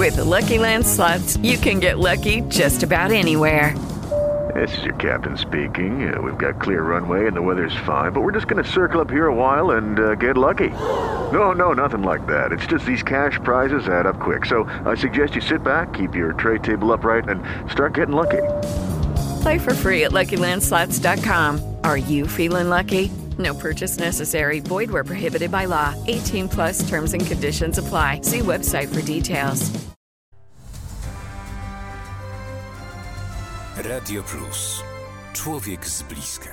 With Lucky Land Slots, you can get lucky just about anywhere. This is your captain speaking. We've got clear runway and the weather's fine, but we're just going to circle up here a while and get lucky. No, nothing like that. It's just these cash prizes add up quick. So I suggest you sit back, keep your tray table upright, and start getting lucky. Play for free at LuckyLandSlots.com. Are you feeling lucky? No purchase necessary. Void where prohibited by law. 18 plus terms and conditions apply. See website for details. Radio Plus. Człowiek z bliska.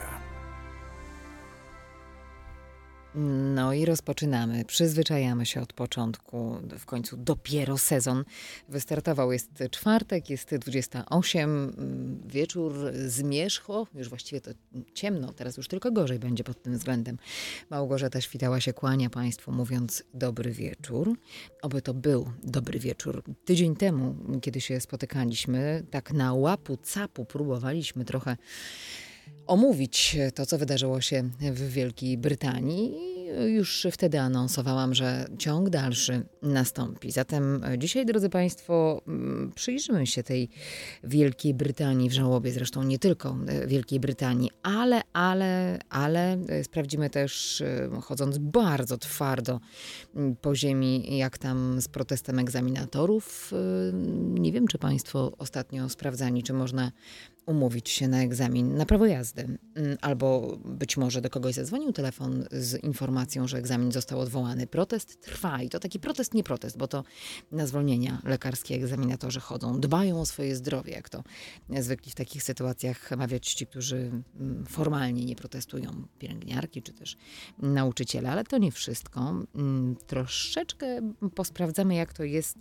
No i rozpoczynamy. Przyzwyczajamy się od początku. W końcu dopiero sezon wystartował. Jest czwartek, jest 28. Wieczór zmierzchło. Już właściwie to ciemno. Teraz już tylko gorzej będzie pod tym względem. Małgorzata Świtała się kłania Państwu, mówiąc dobry wieczór. Oby to był dobry wieczór. Tydzień temu, kiedy się spotykaliśmy, tak na łapu capu próbowaliśmy trochę omówić to, co wydarzyło się w Wielkiej Brytanii. Już wtedy anonsowałam, że ciąg dalszy nastąpi. Zatem dzisiaj, drodzy Państwo, przyjrzymy się tej Wielkiej Brytanii w żałobie, zresztą nie tylko Wielkiej Brytanii, ale sprawdzimy też, chodząc bardzo twardo po ziemi, jak tam z protestem egzaminatorów. Nie wiem, czy Państwo ostatnio sprawdzali, czy można umówić się na egzamin na prawo jazdy. Albo być może do kogoś zadzwonił telefon z informacją, że egzamin został odwołany. Protest trwa i to taki protest, nie protest, bo to na zwolnienia lekarskie egzaminatorzy chodzą. Dbają o swoje zdrowie, jak to zwykli w takich sytuacjach mawiać ci, którzy formalnie nie protestują. Pielęgniarki czy też nauczyciele. Ale to nie wszystko. Troszeczkę posprawdzamy, jak to jest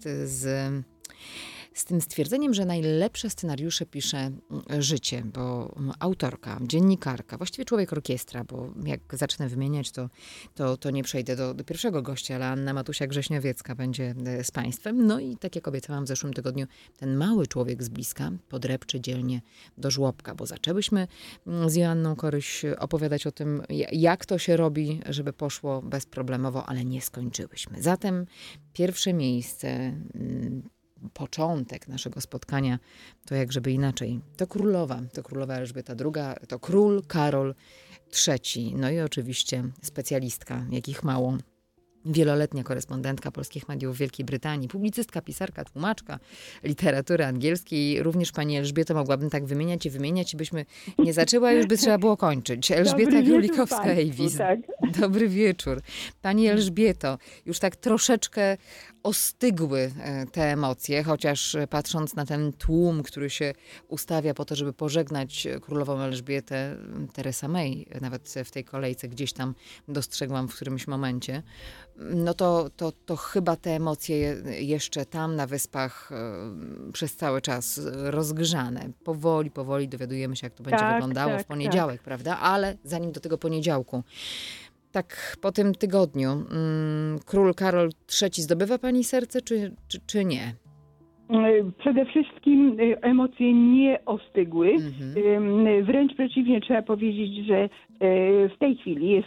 z tym stwierdzeniem, że najlepsze scenariusze pisze życie, bo autorka, dziennikarka, właściwie człowiek orkiestra, bo jak zacznę wymieniać, to nie przejdę do pierwszego gościa, ale Anna Matusiak-Grześniowiecka będzie z Państwem. No i tak jak obiecałam w zeszłym tygodniu, ten mały człowiek z bliska podrepczy dzielnie do żłobka, bo zaczęłyśmy z Joanną Koryś opowiadać o tym, jak to się robi, żeby poszło bezproblemowo, ale nie skończyłyśmy. Zatem pierwsze miejsce, początek naszego spotkania, to jak żeby inaczej. To królowa Elżbieta II, to król Karol III. No i oczywiście specjalistka, jakich mało. Wieloletnia korespondentka polskich mediów w Wielkiej Brytanii, publicystka, pisarka, tłumaczka literatury angielskiej. Również pani Elżbieta mogłabym tak wymieniać i byśmy nie zaczęła, już by trzeba było kończyć. Elżbieta Królikowska-Ejwis. Tak. Dobry wieczór. Pani Elżbieto, już tak troszeczkę ostygły te emocje, chociaż patrząc na ten tłum, który się ustawia po to, żeby pożegnać królową Elżbietę, Theresa May, nawet w tej kolejce gdzieś tam dostrzegłam w którymś momencie, no to chyba te emocje jeszcze tam na Wyspach przez cały czas rozgrzane. Powoli dowiadujemy się, jak to będzie wyglądało w poniedziałek, prawda? Ale zanim do tego poniedziałku, tak po tym tygodniu, król Karol III zdobywa pani serce, czy nie? Przede wszystkim emocje nie ostygły. Wręcz przeciwnie, trzeba powiedzieć, że w tej chwili jest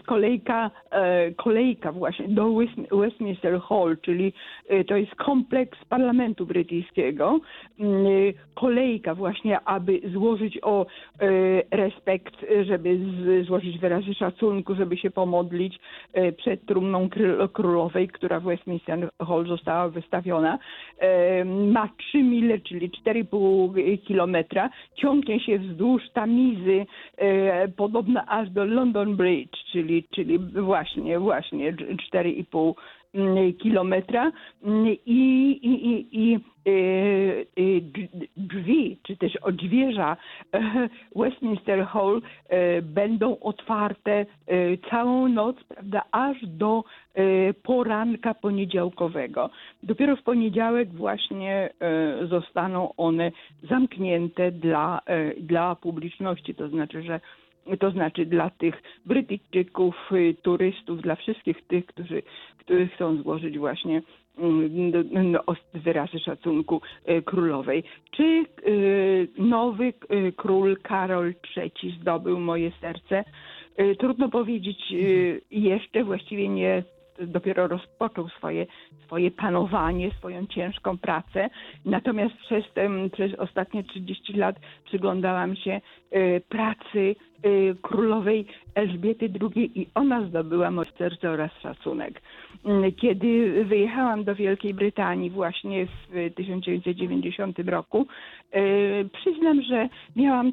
kolejka właśnie do Westminster Hall, czyli to jest kompleks parlamentu brytyjskiego. Kolejka właśnie, aby złożyć respekt, żeby złożyć wyrazy szacunku, żeby się pomodlić przed trumną królowej, która w Westminster Hall została wystawiona. Ma 3 mile, czyli 4,5 kilometra. Ciągnie się wzdłuż Tamizy, podobno aż do London Bridge, czyli właśnie 4,5 kilometra i drzwi, czy też odźwierza Westminster Hall będą otwarte całą noc, prawda, aż do poranka poniedziałkowego. Dopiero w poniedziałek właśnie zostaną one zamknięte dla publiczności, to znaczy dla tych Brytyjczyków, turystów, dla wszystkich tych, którzy chcą złożyć właśnie wyrazy szacunku królowej. Czy nowy król Karol III zdobył moje serce? Trudno powiedzieć jeszcze, właściwie nie, dopiero rozpoczął swoje panowanie, swoją ciężką pracę. Natomiast przez ostatnie 30 lat przyglądałam się pracy królowej Elżbiety II i ona zdobyła moje serce oraz szacunek. Kiedy wyjechałam do Wielkiej Brytanii właśnie w 1990 roku, przyznam, że miałam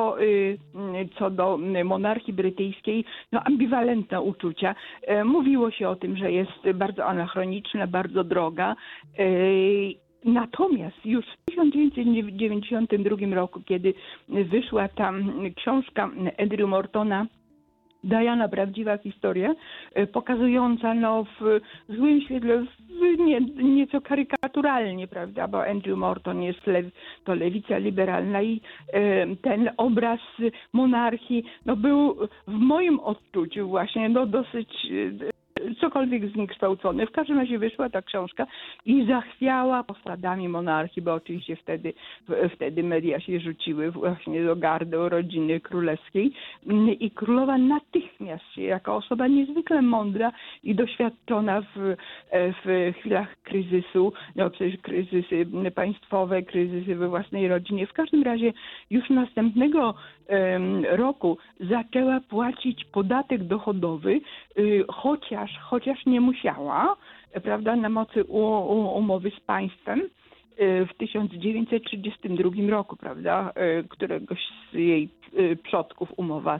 co do monarchii brytyjskiej ambiwalentne uczucia. Mówiło się o tym, że jest bardzo anachroniczna, bardzo droga. Natomiast już w 1992 roku, kiedy wyszła ta książka Andrew Mortona Diana, prawdziwa historia, pokazująca w złym świetle, nieco karykaturalnie, prawda, bo Andrew Morton jest to lewica liberalna i ten obraz monarchii był w moim odczuciu właśnie dosyć cokolwiek zniekształcony. W każdym razie wyszła ta książka i zachwiała posadami monarchii, bo oczywiście wtedy media się rzuciły właśnie do gardy rodziny królewskiej i królowa natychmiast się, jako osoba niezwykle mądra i doświadczona w chwilach kryzysu, przecież kryzysy państwowe, kryzysy we własnej rodzinie. W każdym razie już następnego roku zaczęła płacić podatek dochodowy, chociaż nie musiała, prawda, na mocy umowy z państwem w 1932 roku, prawda, któregoś z jej przodków umowa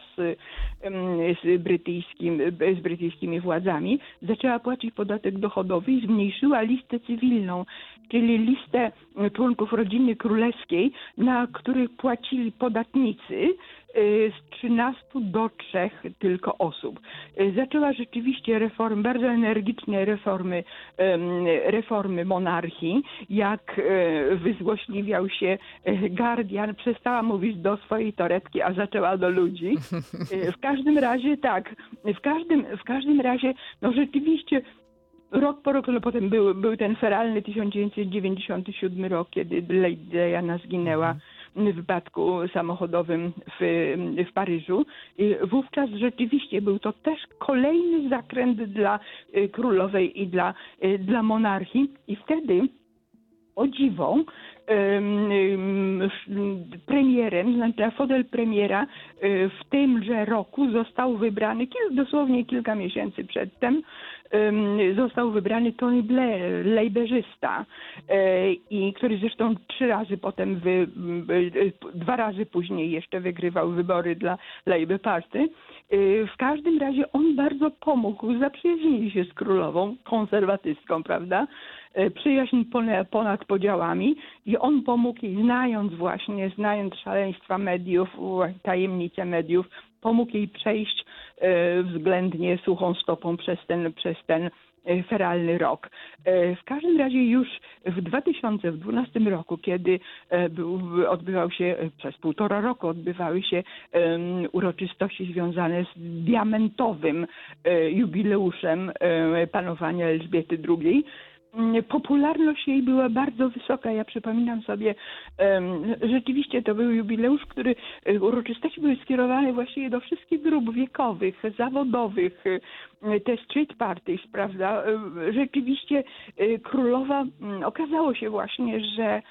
z brytyjskimi władzami, zaczęła płacić podatek dochodowy i zmniejszyła listę cywilną, czyli listę członków rodziny królewskiej, na których płacili podatnicy, z 13 do 3 tylko osób. Zaczęła rzeczywiście bardzo energiczne reformy monarchii. Jak wyzłośliwiał się Guardian, przestała mówić do swojej torebki, a zaczęła do ludzi. W każdym razie tak, w każdym razie rzeczywiście rok po roku, potem był ten feralny 1997 rok, kiedy Lady Diana zginęła w wypadku samochodowym w Paryżu. I wówczas rzeczywiście był to też kolejny zakręt dla królowej i dla monarchii. I wtedy, o dziwo, premierem, znaczy fotel premiera w tymże roku został wybrany, dosłownie kilka miesięcy przedtem, został wybrany Tony Blair, lejberzysta, i który zresztą 3 razy potem, 2 razy później jeszcze wygrywał wybory dla Labour Party. W każdym razie on bardzo pomógł, zaprzyjaźnili się z królową, konserwatystką, prawda? Przyjaźń ponad podziałami i on pomógł jej, znając szaleństwa mediów, tajemnice mediów, pomógł jej przejść względnie suchą stopą przez ten feralny rok. W każdym razie już w 2012 roku, kiedy odbywał się, przez 1,5 roku odbywały się uroczystości związane z diamentowym jubileuszem panowania Elżbiety II, popularność jej była bardzo wysoka. Ja przypominam sobie, rzeczywiście to był jubileusz, uroczystości były skierowane właściwie do wszystkich grup wiekowych, zawodowych, te street parties, prawda? Rzeczywiście królowa, okazało się właśnie, że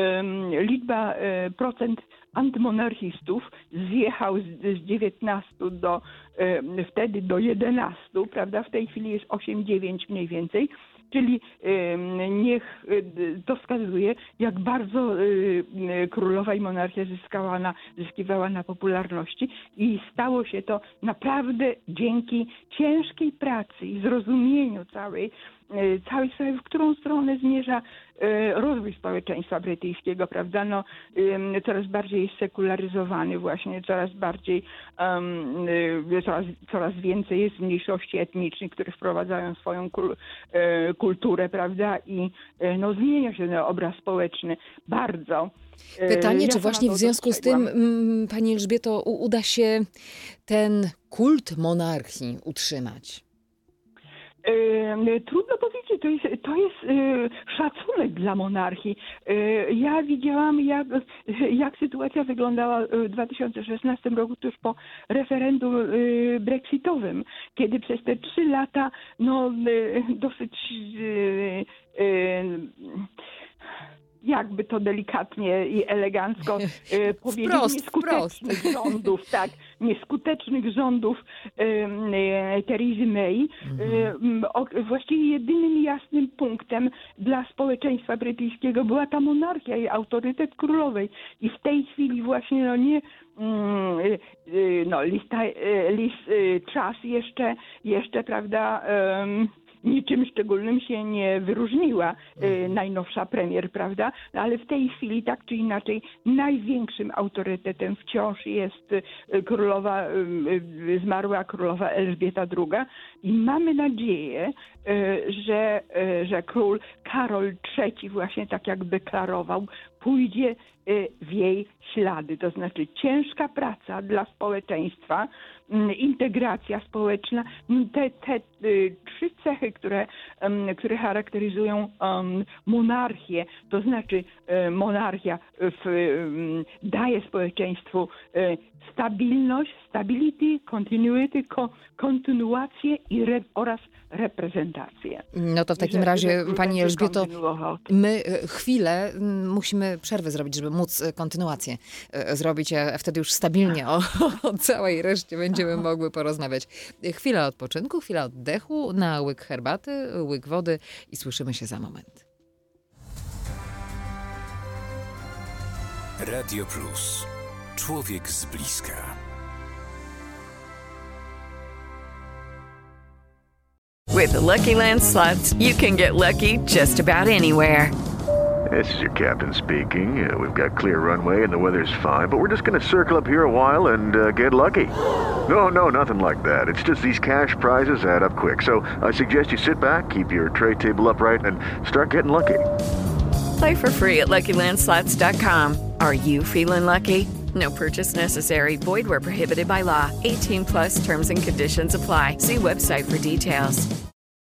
procent antymonarchistów zjechał z 19 wtedy do 11, prawda? W tej chwili jest 8-9 mniej więcej. Czyli niech to wskazuje, jak bardzo królowa i monarchia zyskiwała na popularności i stało się to naprawdę dzięki ciężkiej pracy i zrozumieniu całej sprawy, w którą stronę zmierza rozwój społeczeństwa brytyjskiego, prawda? Coraz bardziej jest sekularyzowany właśnie, coraz więcej jest mniejszości etnicznych, które wprowadzają swoją kulturę, prawda? I zmienia się ten obraz społeczny bardzo. Pytanie, czy właśnie w związku z tym, pani Elżbieto, uda się ten kult monarchii utrzymać? Trudno powiedzieć, to jest szacunek dla monarchii. Ja widziałam, jak sytuacja wyglądała w 2016 roku, tuż po referendum brexitowym, kiedy przez te 3 lata dosyć jakby to delikatnie i elegancko powiedzieć, nieskutecznych rządów, tak, nieskutecznych rządów Teresy May. Właściwie jedynym jasnym punktem dla społeczeństwa brytyjskiego była ta monarchia i autorytet królowej. I w tej chwili właśnie czas jeszcze, prawda, niczym szczególnym się nie wyróżniła najnowsza premier, prawda? Ale w tej chwili tak czy inaczej największym autorytetem wciąż jest zmarła królowa Elżbieta II i mamy nadzieję, że król Karol III właśnie tak jak deklarował, pójdzie w jej ślady. To znaczy ciężka praca dla społeczeństwa, integracja społeczna, te trzy cechy, które charakteryzują monarchię, to znaczy monarchia daje społeczeństwu stabilność, stability, continuity, kontynuację oraz reprezentację. No to w takim razie, Pani Elżbieto, my chwilę musimy przerwę zrobić, żeby móc kontynuację zrobić, a wtedy już stabilnie o całej reszcie będziemy mogły porozmawiać. Chwila odpoczynku, chwila oddechu, na łyk herbaty, łyk wody i słyszymy się za moment. Radio Plus. Człowiek z bliska. With Lucky Land Slots, you can get lucky just about anywhere. This is your captain speaking. We've got clear runway and the weather's fine, but we're just going to circle up here a while and get lucky. No, nothing like that. It's just these cash prizes add up quick. So I suggest you sit back, keep your tray table upright, and start getting lucky. Play for free at LuckyLandSlots.com. Are you feeling lucky? No purchase necessary. Void where prohibited by law. 18+ terms and conditions apply. See website for details.